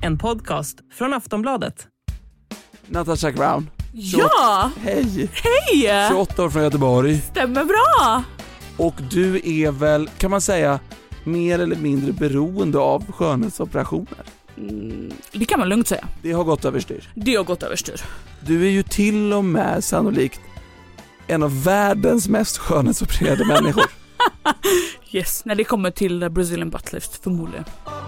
En podcast från Aftonbladet. Natasha Crown. Ja! Hej! Hej! 28 år från Göteborg. Stämmer bra! Och du är väl, kan man säga, mer eller mindre beroende av skönhetsoperationer? Det kan man lugnt säga. Det har gått överstyr. Det har gått överstyr. Du är ju till och med sannolikt en av världens mest skönhetsopererade människor. Yes, när det kommer till Brazilian butt lift förmodligen.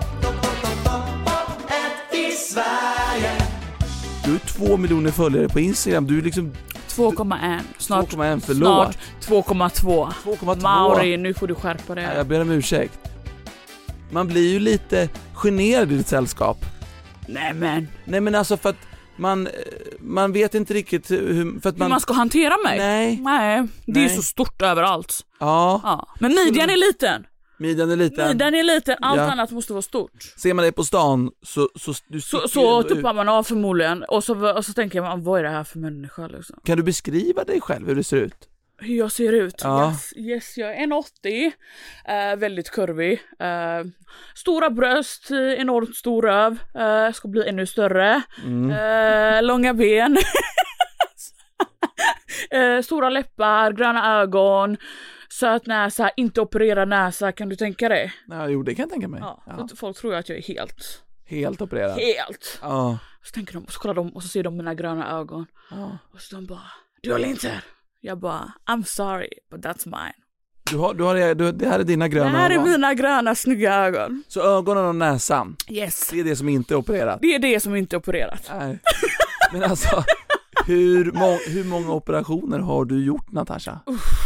Du är 2 miljoner följare på Instagram. Du är liksom 2,1. Snart 2,1, förlåt. Snart 2,2. 2,2. Mauri, nu får du skärpa dig. Ja, jag ber om ursäkt. Man blir ju lite generad i ditt sällskap. Nej men alltså för att man vet inte riktigt hur man ska hantera mig. Nej, det är så stort överallt. Ja. Men midjan är liten. Midjan är liten. Allt annat måste vara stort. Ser man dig på stan så tuppar man av förmodligen. Och så tänker man, vad är det här för människa liksom? Kan du beskriva dig själv, hur det ser ut? Hur jag ser ut? Ja. Yes, jag är 1,80. Väldigt kurvig. Stora bröst, enormt stor röv. Ska bli ännu större. Långa ben. Stora läppar, gröna ögon. Söt näsa, inte operera näsa. Kan du tänka dig? Ja, jo, det kan jag tänka mig. Ja. Folk tror att jag är helt opererad. Helt. Ja. Så tänker de, och så kollar de och så ser de mina gröna ögon. Ja. Och så de bara, du har linser. Jag bara, I'm sorry, but that's mine. Det här är dina gröna ögon. Det här är mina gröna, snygga ögon. Så ögonen och näsan. Yes. Det är det som inte är opererat. Det är det som inte är opererat. Nej. Men alltså, hur många operationer har du gjort, Natasha?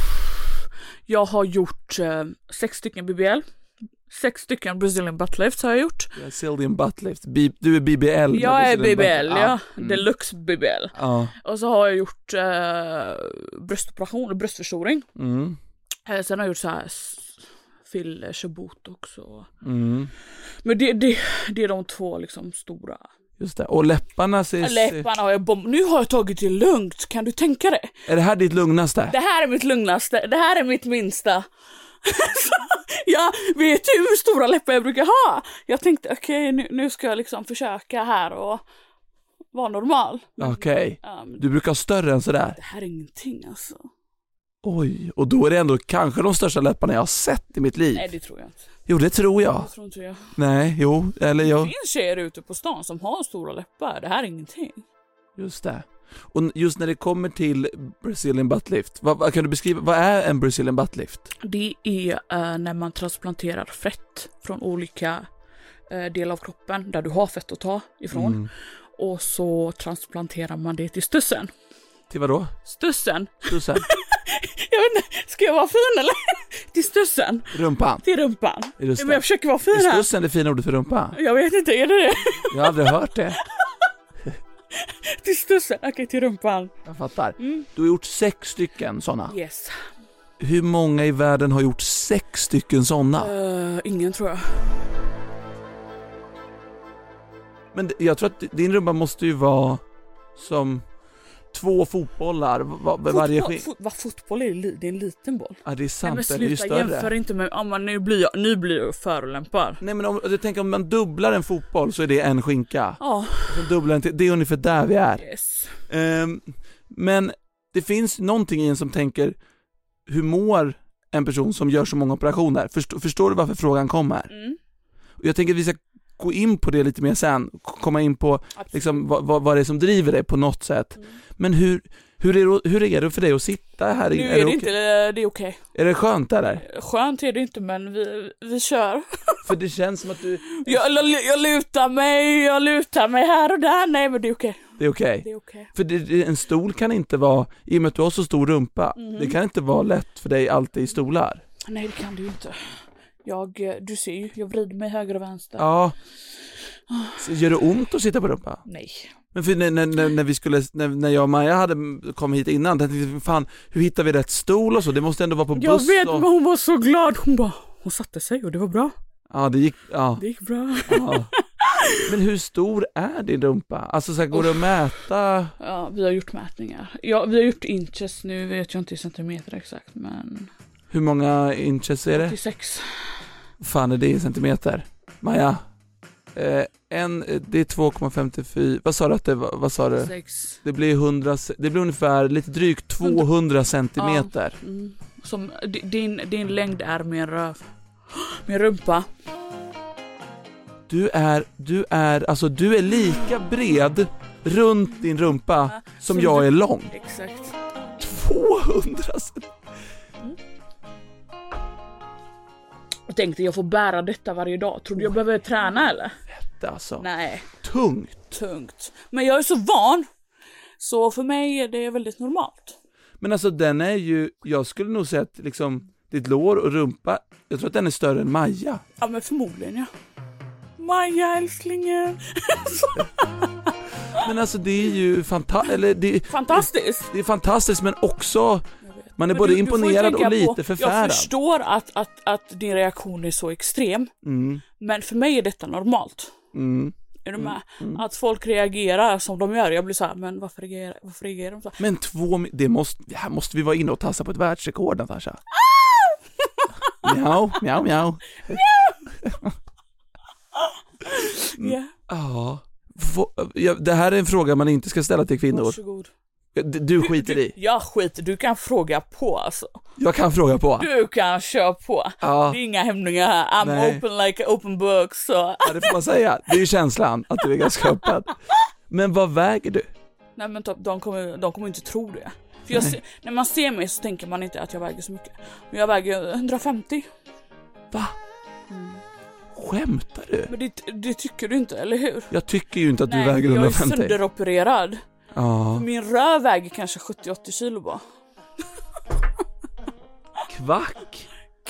Jag har gjort 6 stycken BBL. 6 stycken Brazilian butt lifts har jag gjort. Brazilian butt lift. Du är BBL. Jag är BBL, ja. Deluxe BBL. Ja. Och så har jag gjort bröstoperation och bröstförstoring. Sen har jag gjort så här fillers och botox också. Men det är de 2 liksom stora. Just det. Och läpparna har jag nu har jag tagit det lugnt. Kan du tänka dig? Är det här ditt lugnaste? Det här är mitt lugnaste. Det här är mitt minsta. Jag vet ju hur stora läppar jag brukar ha. Jag tänkte okej, nu ska jag liksom försöka här och vara normal. Okej. Du brukar ha större än sådär. Det här är ingenting alltså. Oj, och då är det ändå kanske de största läpparna jag har sett i mitt liv. Nej, det tror jag inte. Jo, det tror jag. Det tror inte jag. Nej, jo, eller jag. Det finns tjejer ute på stan som har stora läppar. Det här är ingenting. Just det. Och just när det kommer till Brazilian butt lift, vad kan du beskriva, vad är en Brazilian butt lift? Det är när man transplanterar fett från olika delar av kroppen där du har fett att ta ifrån. Och så transplanterar man det till stussen. Till vad då? Stussen. Jag vet inte, ska jag vara fin eller? Till stussen. Rumpan. Till rumpan. Just det. Men jag försöker vara fin här. Är stussen det fina ordet för rumpa? Jag vet inte, är det? Jag har aldrig hört det. Till stussen, okej, till rumpan. Jag fattar. Du har gjort 6 stycken sådana. Yes. Hur många i världen har gjort 6 stycken sådana? Ingen tror jag. Men jag tror att din rumpa måste ju vara som 2 fotbollar varje Fotboll är det är en liten boll. Ja, det är sant. Nej, men det är ju sluta, större. jämför inte med nu blir jag förolämpad. Nej, men om du tänker om man dubblar en fotboll så är det en skinka. Ja. Så dubblar det är ungefär där vi är. Yes. Men det finns någonting i en som tänker, hur mår en person som gör så många operationer? Förstår du varför frågan kommer? Och jag tänker att vi ska gå in på det lite mer sen, komma in på liksom, vad det är som driver dig på något sätt. Men hur är det för dig att sitta här? Nu är det inte, det är okej. Är det skönt eller? Skönt är det inte, men vi kör. För det känns som att du... Jag lutar mig här och där. Nej, men det är okej. Det är okej. Det är okej. För en stol kan inte vara, i och med att du har så stor rumpa, det kan inte vara lätt för dig alltid i stolar. Nej, det kan du ju inte. Du ser ju, jag vrider mig höger och vänster. Ja. Så gör det ont att sitta på rumpa? Nej. Men för när jag och Maja hade kommit hit innan, tänkte jag, fan, hur hittar vi rätt stol och så? Det måste ändå vara på buss. Jag vet, men hon var så glad. Hon satte sig och det var bra. Ja, det gick bra. Ja. Men hur stor är din rumpa? Alltså så här, går det att mäta? Ja, vi har gjort mätningar. Ja, vi har gjort inches, nu vet jag inte i centimeter exakt, men... Hur många inches är det? 86. Fan är det i centimeter? Maja? Det är 2,54. Vad sa du att det var? Vad sa du? 6. Det blir ungefär lite drygt 200 centimeter. Ja. Som din längd är min röv. Min rumpa. Du är lika bred runt din rumpa som jag är lång. Exakt. 200 centimeter. Jag tänkte jag får bära detta varje dag. Tror du jag behöver träna eller? Fett alltså. Nej. Tungt. Men jag är så van. Så för mig är det väldigt normalt. Men alltså den är ju, jag skulle nog säga att liksom ditt lår och rumpa, jag tror att den är större än Maja. Ja men förmodligen ja. Maja älsklingen. Men alltså det är ju fantastiskt. Det är fantastiskt men också man är både imponerad och lite förfärad. Jag förstår att din reaktion är så extrem. Men för mig är detta normalt. Är du med? Att folk reagerar som de gör. Jag blir så här, men varför reagerar de så här? Men här måste vi vara inne och tassa på ett världsrekord, Natasha. Mjau. Ja. Det här är en fråga man inte ska ställa till kvinnor. Varsågod. Du skiter i. Jag skiter, du kan fråga på alltså. Jag kan fråga på. Du kan köra på. Ja. Det är inga hämningar här. I'm open like an open book. Så. Ja, det får man säga. Det är ju känslan att du är ganska öppen. Men vad väger du? Nej men de kommer inte tro det. För när man ser mig så tänker man inte att jag väger så mycket. Men jag väger 150. Va? Skämtar du? Men det tycker du inte, eller hur? Jag tycker ju inte att du väger 150. Jag är sönderopererad. Ja. Min röv väger kanske 70-80 kilo bara. Kvack?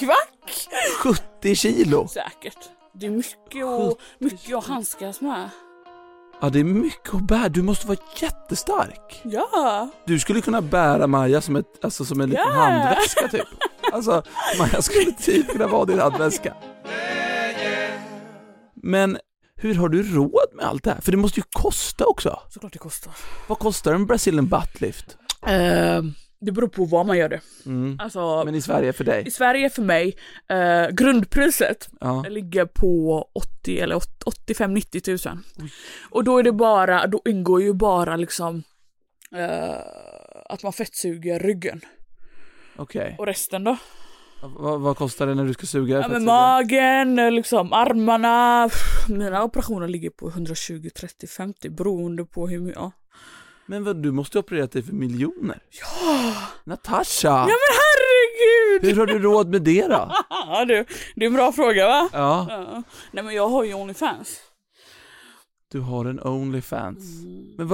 70 kilo? Säkert. Det är mycket att handskas med. Ja, det är mycket att bära. Du måste vara jättestark. Ja. Du skulle kunna bära Maja som en liten handväska typ. Alltså, Maja skulle typ kunna vara din handväska. Men hur har du råd med allt det här? För det måste ju kosta också. Såklart det kostar. Vad kostar en Brazilian butt lift? Det beror på vad man gör det. Alltså, men i Sverige för dig? I Sverige för mig, grundpriset ligger på 80 eller 85-90 000. Och då ingår ju bara liksom att man fettsuger ryggen. Okej. Och resten då? Vad kostar det när du ska suga? Ja, men magen, liksom armarna. Mina operationer ligger på 120, 30, 50 beroende på hur mycket. Ja. Men du måste operera dig för miljoner. Ja! Natasha! Ja men herregud! Hur har du råd med det då? Ja du, det är en bra fråga va? Ja. Nej men jag har ju OnlyFans. Du har en OnlyFans. Men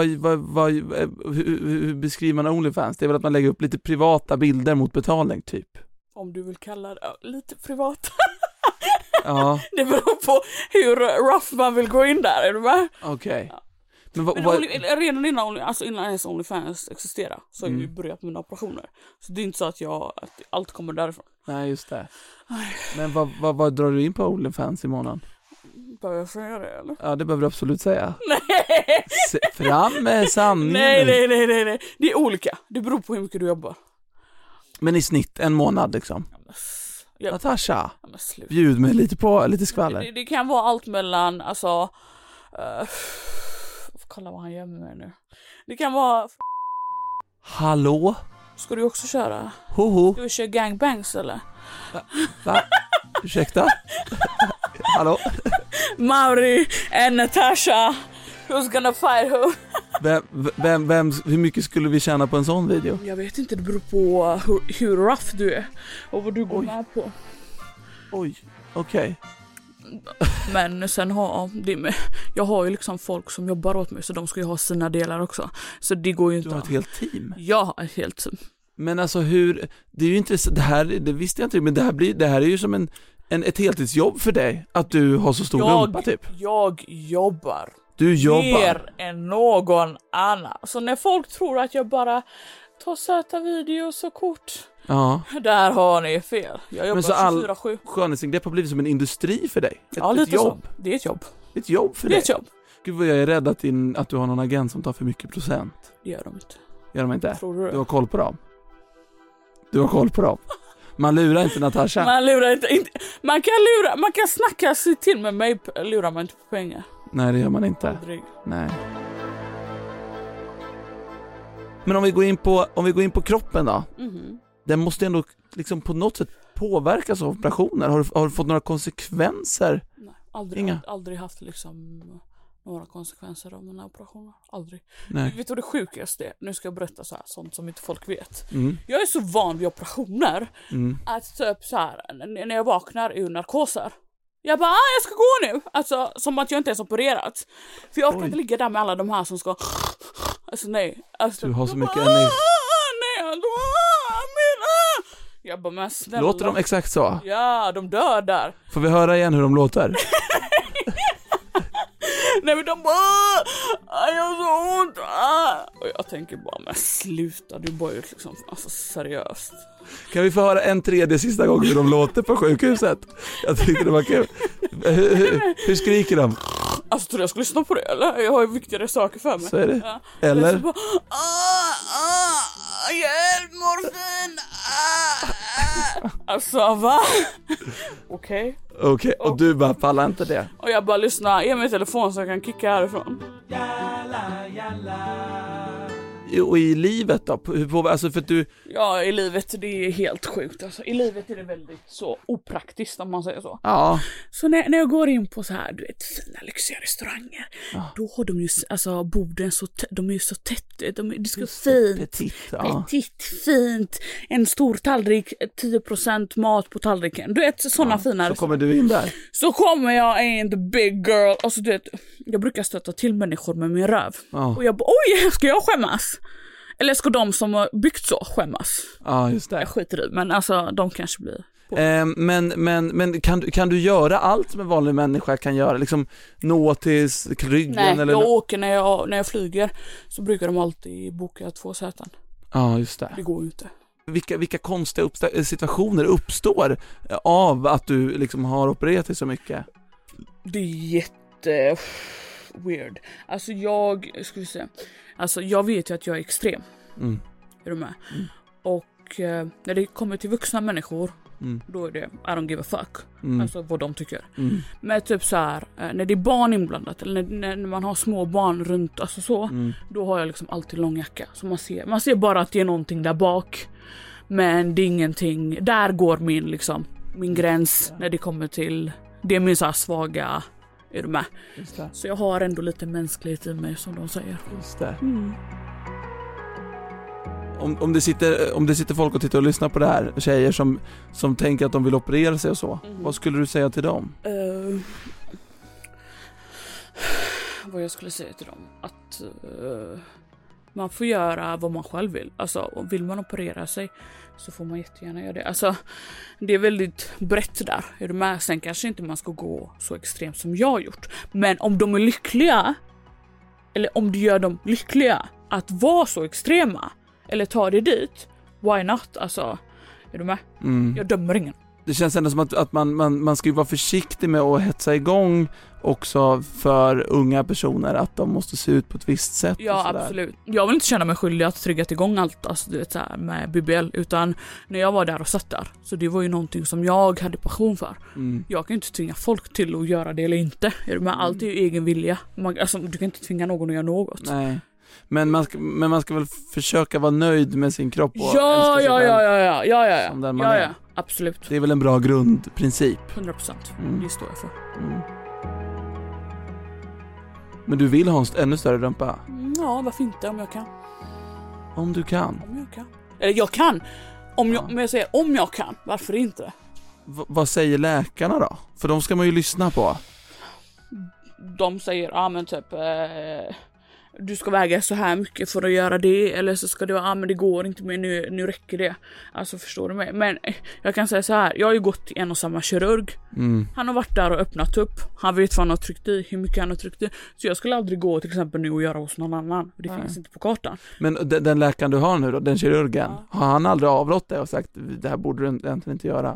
hur beskriver man OnlyFans? Det är väl att man lägger upp lite privata bilder mot betalning typ. Om du vill kalla det lite privat. Ja. Det beror på hur rough man vill gå in där, är du med? Okej. Ja. Men redan innan ens OnlyFans existerar så har jag ju börjat med mina operationer. Så det är inte så att allt kommer därifrån. Nej, just det. Men vad drar du in på OnlyFans i månaden? Behöver jag säga det eller? Ja, det behöver du absolut säga. Nej! Fram med sanningen. Nej. Det är olika. Det beror på hur mycket du jobbar. Men i snitt en månad liksom. Natasha, sluta. Bjud mig lite skvaller. Det kan vara allt mellan, alltså kolla vad han gör med mig nu. Det kan vara Hallå? Ska du också köra? Hoho. Ska vi köra gangbangs eller? Va? Ursäkta? Hallå? Mauri and Natasha. Who's gonna fight who? Hur mycket skulle vi tjäna på en sån video? Jag vet inte, det beror på hur rough du är och vad du går med på. Oj, okej. Men sen jag har ju liksom folk som jobbar åt mig så de ska ju ha sina delar också. Så det går ju inte. Du har ett helt team? Ja, ett helt team. Men alltså det är ju intressant, det visste jag inte, men det här är ju som ett heltidsjobb för dig, att du har så stor rumpa typ. Jag jobbar. Du jobbar mer än någon annan. Så när folk tror att jag bara tar söta videos och kort. Ja. Där har ni fel. Jag jobbar 24/7. Skönhetsingrepp har blivit som en industri för dig. Ett jobb. Så. Det är ett jobb. Ett jobb för dig. Det är ett jobb. Gud vad jag är rädd att du har någon agent som tar för mycket procent. Det gör de inte. Gör de inte? Tror du det? Du har koll på dem. Man lurar inte Natasha. Man lurar inte. Man kan snacka sig till med mig, lurar man inte på pengar. Nej, det gör man inte. Aldrig. Nej. Men om vi går in på kroppen då. Den måste ändå liksom på något sätt påverkas av operationer. Har du fått några konsekvenser? Nej, aldrig haft liksom några konsekvenser av den här operationen. Aldrig. Nej. Vet du det sjukaste är? Nu ska jag berätta så här, sånt som inte folk vet. Jag är så van vid operationer att typ så här, när jag vaknar ur narkoser. Jag bara, jag ska gå nu. Alltså, som att jag inte ens opererat. För jag orkar inte ligga där med alla de här som ska... Alltså nej. Alltså, du har så mycket energi. Jag bara, men snälla. Låter de exakt så? Ja, de dör där. Får vi höra igen hur de låter? Nej, men de bara, jag har så ont. Och jag tänker bara, men sluta, du bara ut liksom, alltså seriöst. Kan vi få höra en tredje sista gång hur de låter på sjukhuset? Jag tycker det var kul. Hur skriker de? Alltså, tror jag ska lyssna på det, eller? Jag har ju viktigare saker för mig. Så är det. Ja. Eller? Bara, hjälp, morfin! Alltså, va? Okej, och du bara pallar inte det. Och jag bara lyssnar, ge mig telefon så jag kan kicka härifrån. Och i livet då? Alltså för att du... Ja, i livet, det är helt sjukt. Alltså, i livet är det väldigt så opraktiskt om man säger så. Ja. Så när jag går in på så här, du vet, fina lyxiga restauranger, då har de ju, alltså borden så de är ju så tätt, det ska fint. Petit, fint. En stor tallrik, 10% mat på tallriken. Du vet, sådana fina. Så kommer du in där. Så kommer jag in, the big girl. Alltså du vet, jag brukar stöta till människor med min röv. Och jag bara, oj, ska jag skämmas? Eller ska de som har byggt så skämmas? Ja, just det. Jag skiter i, men alltså de kanske blir... Men kan du göra allt som en vanlig människa kan göra? Liksom nå till ryggen? Nej, eller jag åker när jag flyger så brukar de alltid boka 2 säten. Ja, just det. Det går ju inte. Vilka konstiga situationer uppstår av att du liksom har opererat dig så mycket? Det är jätte weird. Alltså jag vet ju att jag är extrem. Är du med? Och när det kommer till vuxna människor då är det I don't give a fuck. Alltså vad de tycker. Men typ så här, när det är barn inblandat eller när man har små barn runt, alltså så, då har jag liksom alltid lång jacka. Så man ser bara att det är någonting där bak. Men det är ingenting, där går min gräns när det kommer till, det är min så här svaga, är du med? Så jag har ändå lite mänsklighet i mig, som de säger. Just det. Om det sitter folk och tittar och lyssnar på det här, tjejer som tänker att de vill operera sig och så, vad skulle du säga till dem? Vad jag skulle säga till dem, att man får göra vad man själv vill. Alltså, vill man operera sig så får man jättegärna göra det. Alltså, det är väldigt brett där. Är du med? Sen kanske inte man ska gå så extremt som jag har gjort. Men om de är lyckliga, eller om du gör dem lyckliga att vara så extrema, eller ta det dit, why not? Alltså, är du med? Jag dömer ingen. Det känns ändå som att man ska ju vara försiktig med att hetsa igång också för unga personer, att de måste se ut på ett visst sätt. Ja, absolut. Jag vill inte känna mig skyldig att trygga igång allt, alltså, du vet, så här, med BBL, utan när jag var där och satt där, så det var ju någonting som jag hade passion för. Jag kan inte tvinga folk till att göra det eller inte. Allt är ju egen vilja. Alltså, du kan inte tvinga någon att göra något. Nej. Men man ska väl försöka vara nöjd med sin kropp och ja, som den man är. Absolut. Det är väl en bra grundprincip. 100%. Det står jag för. Men du vill ha en ännu större rumpa? Ja, varför inte, om jag kan. Om du kan? Om jag kan. Eller jag kan. Men jag säger om jag kan, varför inte? Vad säger läkarna då? För de ska man ju lyssna på. De säger, men typ... du ska väga så här mycket för att göra det, eller så ska det vara, men det går inte mer, nu räcker det. Alltså, förstår du mig? Men jag kan säga så här, jag har ju gått till en och samma kirurg. Han har varit där och öppnat upp. Han vet vad han har tryckt i, hur mycket han har tryckt i. Så jag skulle aldrig gå till exempel nu och göra hos någon annan. Det finns inte på kartan. Men den läkaren du har nu då, den kirurgen, har han aldrig avrått dig och sagt, det här borde du egentligen inte göra?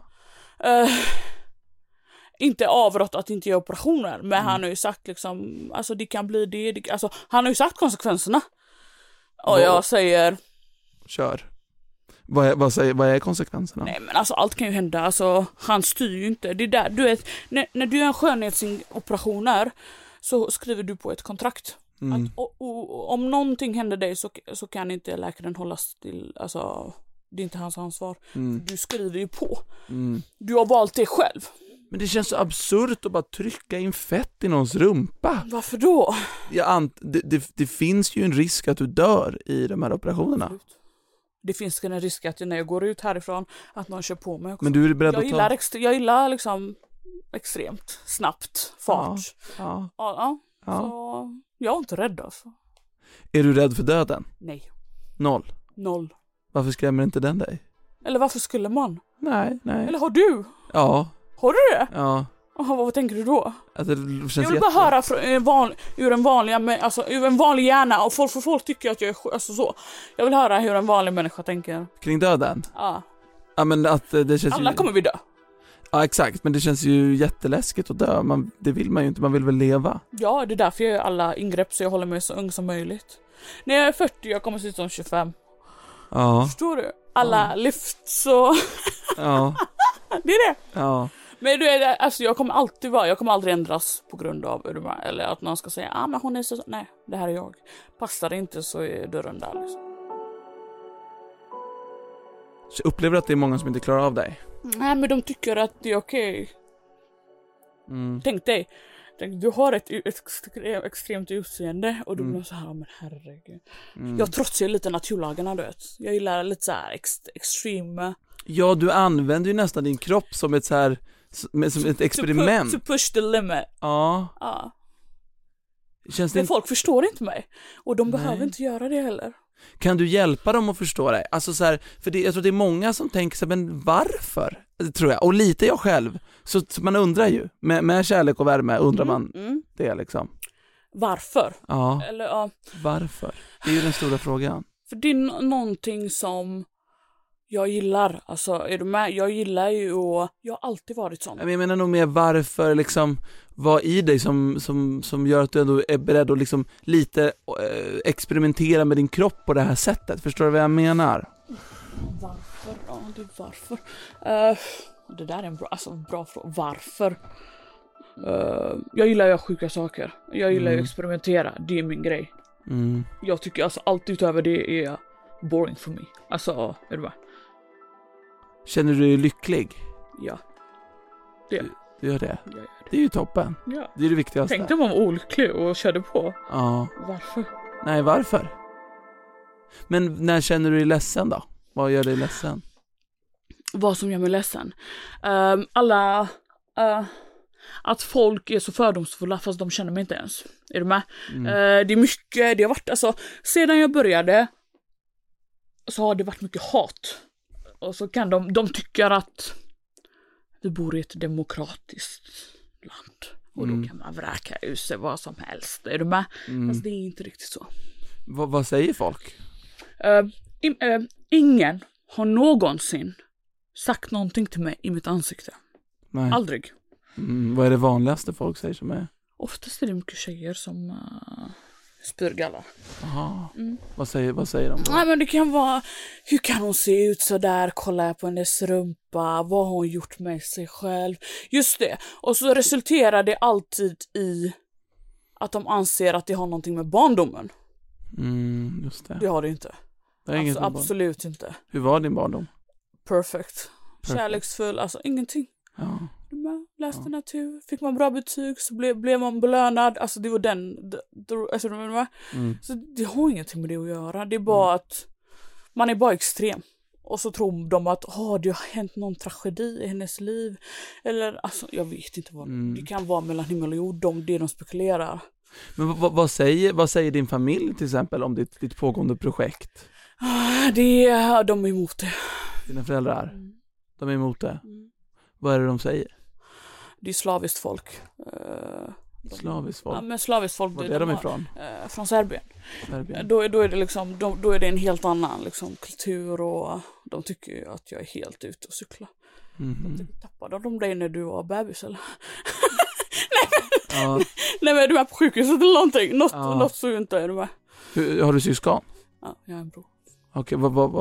Inte avrått att inte göra operationer, men han har ju sagt liksom, alltså det kan bli det, alltså han har ju sagt konsekvenserna. Och jag säger kör. Vad är konsekvenserna? Nej men alltså allt kan ju hända, alltså han styr ju inte. Det är där, du vet, när du gör en skönhetsoperationer så skriver du på ett kontrakt. Att, och om någonting händer dig så kan inte läkaren hålla still, alltså det är inte hans ansvar. Du skriver ju på. Du har valt det själv. Men det känns så absurt att bara trycka in fett i någons rumpa. Varför då? Det finns ju en risk att du dör i de här operationerna. Absolut. Det finns en risk att när jag går ut härifrån att någon kör på mig också. Men du är beredd jag gillar liksom extremt snabbt fart. Ja. Så jag är inte rädd alltså. Är du rädd för döden? Nej. Noll. Varför skrämmer inte den dig? Eller varför skulle man? Nej. Eller har du? Ja. Har du det? Ja. Vad tänker du då? Alltså, det känns jag vill bara höra ur en vanlig hjärna. Och folk tycker att jag är alltså så. Jag vill höra hur en vanlig människa tänker. Kring döden? Ja. Ja men att det känns alla kommer vi dö. Ja exakt, men det känns ju jätteläskigt att dö. Det vill man ju inte, man vill väl leva. Ja, det är därför jag gör alla ingrepp så jag håller mig så ung som möjligt. När jag är 40, jag kommer se ut som 25. Ja. Förstår du? Alla lyft så... Ja. Det är det. Ja. Men du är alltså jag kommer aldrig ändras på grund av eller att någon ska säga men hon är så... Nej, det här är jag. Passar det inte så är dörren där liksom. Så upplever du att det är många som inte klarar av dig? Nej, men de tycker att det är okej. Tänk dig, du har ett extremt utseende och du blir så här, men herregud. Jag trotsar lite naturlagarna, du vet. Jag gillar lite så här extreme. Ja, du använder ju nästan din kropp som ett så här som ett experiment. To push the limit. Ja. Känns det men folk förstår inte mig. Och de behöver inte göra det heller. Kan du hjälpa dem att förstå dig? Alltså så här, för jag tror det är många som tänker så här, men varför? Det tror jag. Och lite jag själv. Så man undrar ju. Med kärlek och värme undrar man det liksom. Varför? Ja. Eller, varför? Det är ju den stora frågan. För det är någonting som jag gillar. Alltså, är du med? Jag gillar ju och jag har alltid varit sån. Jag menar nog mer varför liksom, vad i dig som gör att du ändå är beredd att liksom lite experimentera med din kropp på det här sättet. Förstår du vad jag menar? Varför? Ja, det är varför. Det där är en bra fråga. Varför? Jag gillar att göra sjuka saker. Jag gillar att experimentera. Det är min grej. Jag tycker alltså allt utöver det är boring för mig. Alltså, är du med? Känner du dig lycklig? Ja. Du gör det? Det är ju toppen. Ja. Det är det viktigaste. Tänkte man var olycklig och körde på. Ja. Varför? Nej, varför? Men när känner du dig ledsen då? Vad gör dig ledsen? Vad som gör mig ledsen? Att folk är så fördomsfulla fast de känner mig inte ens. Är du med? Det är mycket, det har varit alltså, sedan jag började så har det varit mycket hat. Och så kan de tycker att vi bor i ett demokratiskt land. Och då kan man vräka ut sig vad som helst. Är du med? Fast det är inte riktigt så. Vad säger folk? Ingen har någonsin sagt någonting till mig i mitt ansikte. Nej. Aldrig. Vad är det vanligaste folk säger som är? Oftast är det mycket tjejer som spyrgallar. Jaha. Vad säger de då? Nej, men det kan vara, hur kan hon se ut så där? Kolla på hennes rumpa. Vad har hon gjort med sig själv? Just det. Och så resulterar det alltid i att de anser att det har någonting med barndomen. Just det. Det har det inte. Det absolut inte. Hur var din barndom? Perfect. Kärleksfull, alltså ingenting. Ja. Läste natur, fick man bra betyg så blev man belönad. Alltså det var alltså, så det har ingenting med det att göra. Det är bara att man är bara extrem. Och så tror de att det har hänt någon tragedi i hennes liv. Eller alltså jag vet inte vad det kan vara mellan himmel och jord. Det de spekulerar. Men vad säger din familj till exempel om ditt pågående projekt? De är emot det. Dina föräldrar? De är emot det? Vad är det de säger? Det är slaviskt folk. Slaviskt folk? Ja, men slaviskt folk. Var är de ifrån? Från Serbien. Då är det liksom, då är det en helt annan liksom, kultur och de tycker ju att jag är helt ute och cykla. Tappade de dig när du var bebis eller? Nej men du är på sjukhuset eller någonting. Något så inte är du med. Har du syskon? Ja, jag har en bror. Okej,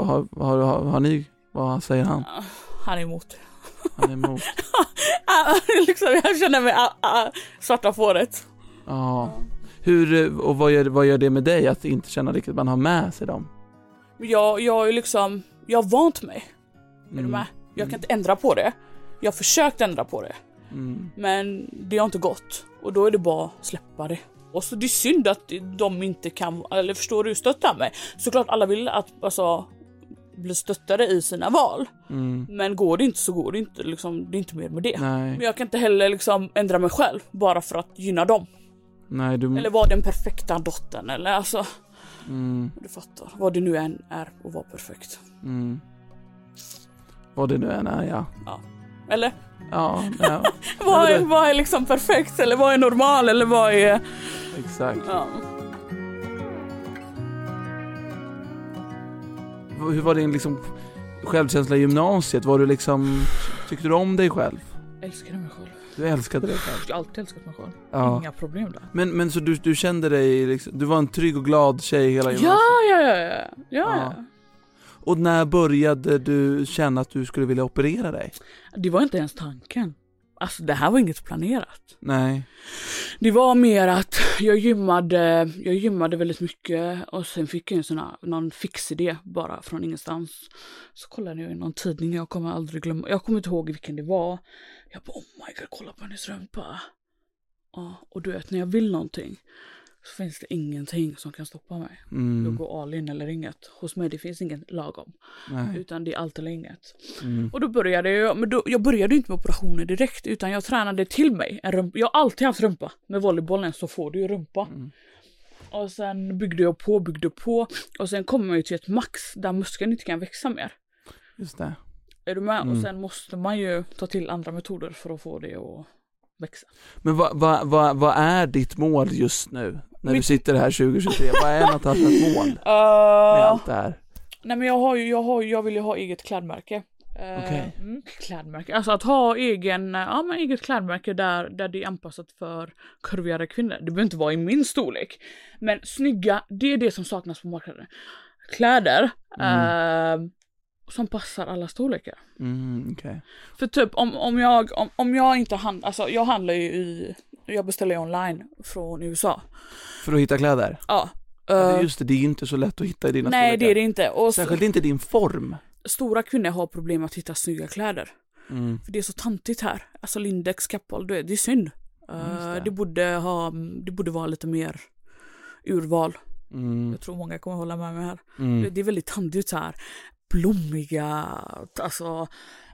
vad säger han? Han är emot. Han är emot. Liksom, jag känner mig svarta fåret. Ja. Och vad gör det med dig att inte känna riktigt att man har med sig dem? Jag har vant mig. Är du med? Jag kan inte ändra på det. Jag har försökt ändra på det. Men det har inte gått. Och då är det bara att släppa det. Och så det är synd att de inte kan, eller förstår du, stötta mig. Såklart alla vill att bli stöttade i sina val. Men går det inte så går det inte. Liksom, det är inte mer med det. Nej. Men jag kan inte heller liksom ändra mig själv bara för att gynna dem. Nej, eller vara den perfekta dottern. Eller alltså, du fattar. Vad det nu än är att vara perfekt. Vad det nu än är, ja. Eller? Ja. Vad är liksom perfekt? Eller vad är normal? Eller vad är... Exakt. Ja. Hur var din liksom självkänsla i gymnasiet? Var du liksom, tyckte du om dig själv? Jag älskade mig själv. Du älskade dig själv? Jag har alltid älskat mig själv. Ja. Inga problem där. Men så du kände dig liksom, du var en trygg och glad tjej hela gymnasiet? Ja. Och när började du känna att du skulle vilja operera dig? Det var inte ens tanken. Alltså det här var inget planerat. Nej. Det var mer att jag gymmade väldigt mycket. Och sen fick jag någon fix idé bara från ingenstans. Så kollade jag i någon tidning. Jag kommer aldrig glömma. Jag kommer inte ihåg vilken det var. Jag bara, oh my god, kolla på hennes rumpa. Ja, och du vet, när jag vill någonting så finns det ingenting som kan stoppa mig. Jag går all in eller inget. Hos mig det finns ingen lagom. Nej. Utan det är allt eller inget. Och då började jag, men jag började inte med operationer direkt, utan jag tränade till mig en rumpa. Jag har alltid haft rumpa. Med volleybollen så får du ju rumpa. Och sen byggde jag på. Och sen kommer man ju till ett max där muskeln inte kan växa mer. Just det. Är du med? Och sen måste man ju ta till andra metoder för att få det att växa. Men vad är ditt mål just nu? När du sitter här 2023, vad är något annat mål med allt det här? Nej, men jag vill ju ha eget klädmärke. Okej. Klädmärke. Alltså att ha eget klädmärke där det är anpassat för kurvigare kvinnor. Det behöver inte vara i min storlek. Men snygga, det är det som saknas på marknaden. Kläder som passar alla storlekar. Okay. För typ om jag inte handlar, alltså jag handlar ju jag beställer online från USA. För att hitta kläder? Ja. Just det är inte så lätt att hitta i dina storlekar. Nej, det är det inte. Och särskilt inte din form. Stora kvinnor har problem att hitta snygga kläder. För det är så tantigt här. Alltså Lindex, Kappahl, det är synd. Det borde vara lite mer urval. Jag tror många kommer hålla med mig här. Det är väldigt tantigt så här. Blommiga, alltså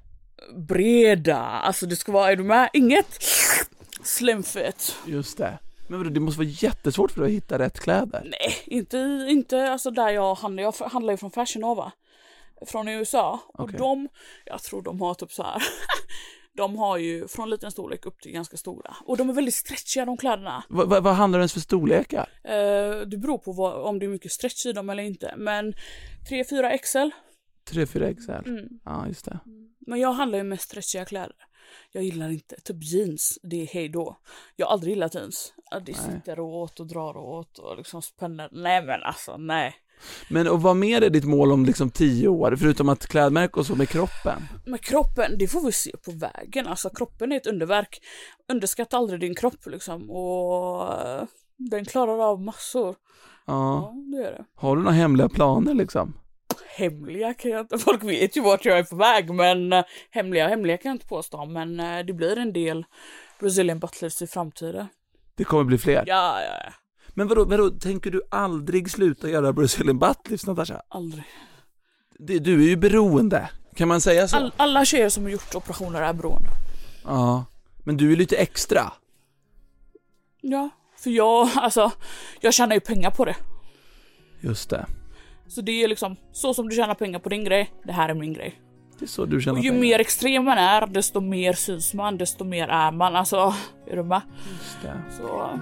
breda, alltså det ska vara, är du med? Inget slimfit. Just det. Men det måste vara jättesvårt för dig att hitta rätt kläder. Nej, inte alltså där jag handlar ju från Fashion Nova från USA. Okay. Och jag tror de har typ så här de har ju från liten storlek upp till ganska stora. Och de är väldigt stretchiga, de kläderna. Vad handlar det ens för storlekar? Det beror på om det är mycket stretch i dem eller inte. Men 3-4 XL. 3-4 XL? Ja, just det. Men jag handlar ju med stretchiga kläder. Jag gillar inte typ jeans. Det är hej då. Jag har aldrig gillat jeans. Det sitter åt och drar åt och liksom spänner. Nej men alltså, nej. Men och vad mer är ditt mål om liksom 10 år? Förutom att klädmärka och så med kroppen? Med kroppen, det får vi se på vägen. Alltså kroppen är ett underverk. Underskatta aldrig din kropp liksom. Och den klarar av massor. Ja, det är det. Har du några hemliga planer liksom? Hemliga kan jag inte. Folk vet ju vart jag är på väg. Men hemliga kan jag inte påstå. Men det blir en del Brazilian butt-lifts i framtiden. Det kommer bli fler? Ja. Men vadå, tänker du aldrig sluta göra Brazilian butt-lifts, Natasha? Aldrig. Du är ju beroende. Kan man säga så? Alla tjejer som har gjort operationer är beroende. Ja. Men du är lite extra. Ja. För jag tjänar ju pengar på det. Just det. Så det är liksom, så som du tjänar pengar på din grej, det här är min grej. Det är så du tjänar och ju pengar. Mer extrem man är, desto mer syns man, desto mer är man. Alltså, är du med? Just det. Så.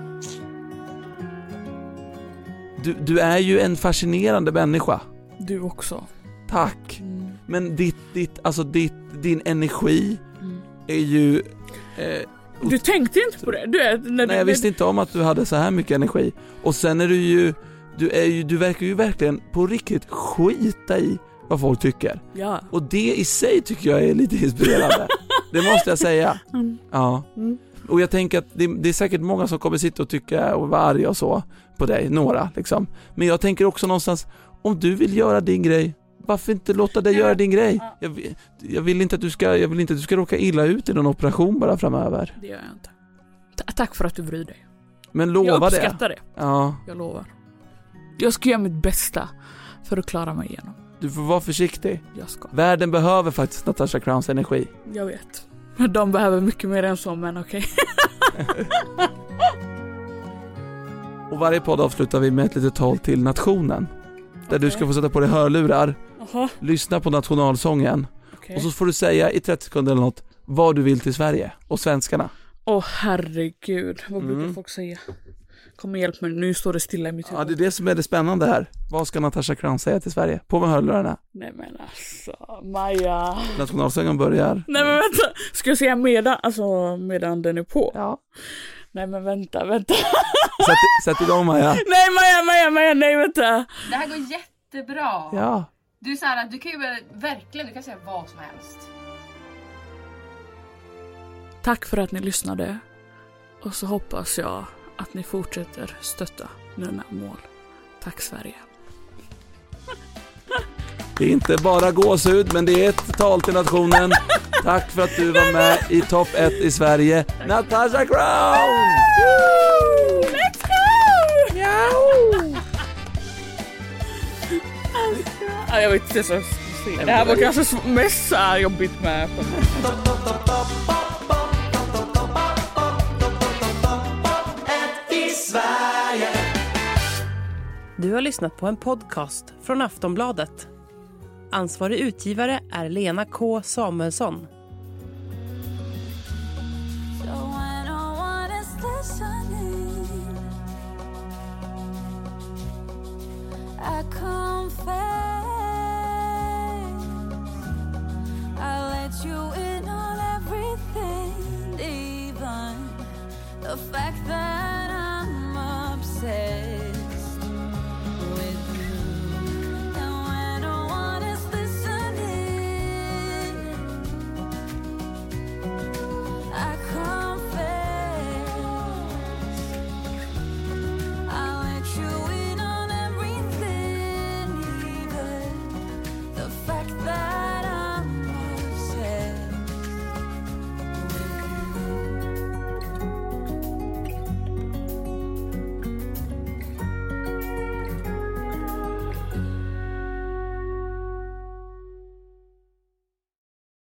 Du är ju en fascinerande människa. Du också. Tack. Men din energi är ju... Du tänkte inte på det? Nej, jag visste inte om att du hade så här mycket energi. Och sen är du ju du verkar ju verkligen på riktigt skita i vad folk tycker. Ja. Och det i sig tycker jag är lite inspirerande. Det måste jag säga. Ja. Och jag tänker att det är säkert många som kommer sitta och tycka och vara arga och så på dig, några liksom. Men jag tänker också någonstans, om du vill göra din grej, varför inte låta dig göra din grej? Jag vill inte att du ska råka illa ut i någon operation bara framöver. Det gör jag inte. Tack för att du bryr dig. Men lova det. Jag uppskattar det. Ja. Jag lovar. Jag ska göra mitt bästa för att klara mig igenom. Du får vara försiktig. Jag ska. Världen behöver faktiskt Natasha Crowns energi. Jag vet. De behöver mycket mer än så, men okej. Och varje podd avslutar vi med ett litet tal till nationen. Där du ska få sätta på dig hörlurar. Lyssna på nationalsången. Och så får du säga i 30 sekunder eller något vad du vill till Sverige och svenskarna. Herregud, vad brukar folk säga? Kom hjälp mig, nu står det stilla i mitt huvud. Ja, det är det som är det spännande här. Vad ska Natasha Crowns säga till Sverige? På med hörlurarna. Nej men alltså, Maja. Nationalsången börjar. Nej men vänta, ska jag säga medan den är på? Ja. Nej men vänta. Sätt igång Maja. Nej Maja, nej vänta. Det här går jättebra. Ja. Du är så här, du kan ju verkligen, du kan säga vad som helst. Tack för att ni lyssnade. Och så hoppas jag att ni fortsätter stötta mina mål. Tack Sverige. Det är inte bara gåshud, men det är ett tal till nationen. Tack för att du var med i topp 1 i Sverige. Natasha Crown! Let's go! Ja, jag vet inte så. Det här var kanske mest jobbigt med. Du har lyssnat på en podcast från Aftonbladet. Ansvarig utgivare är Lena K. Samuelsson. I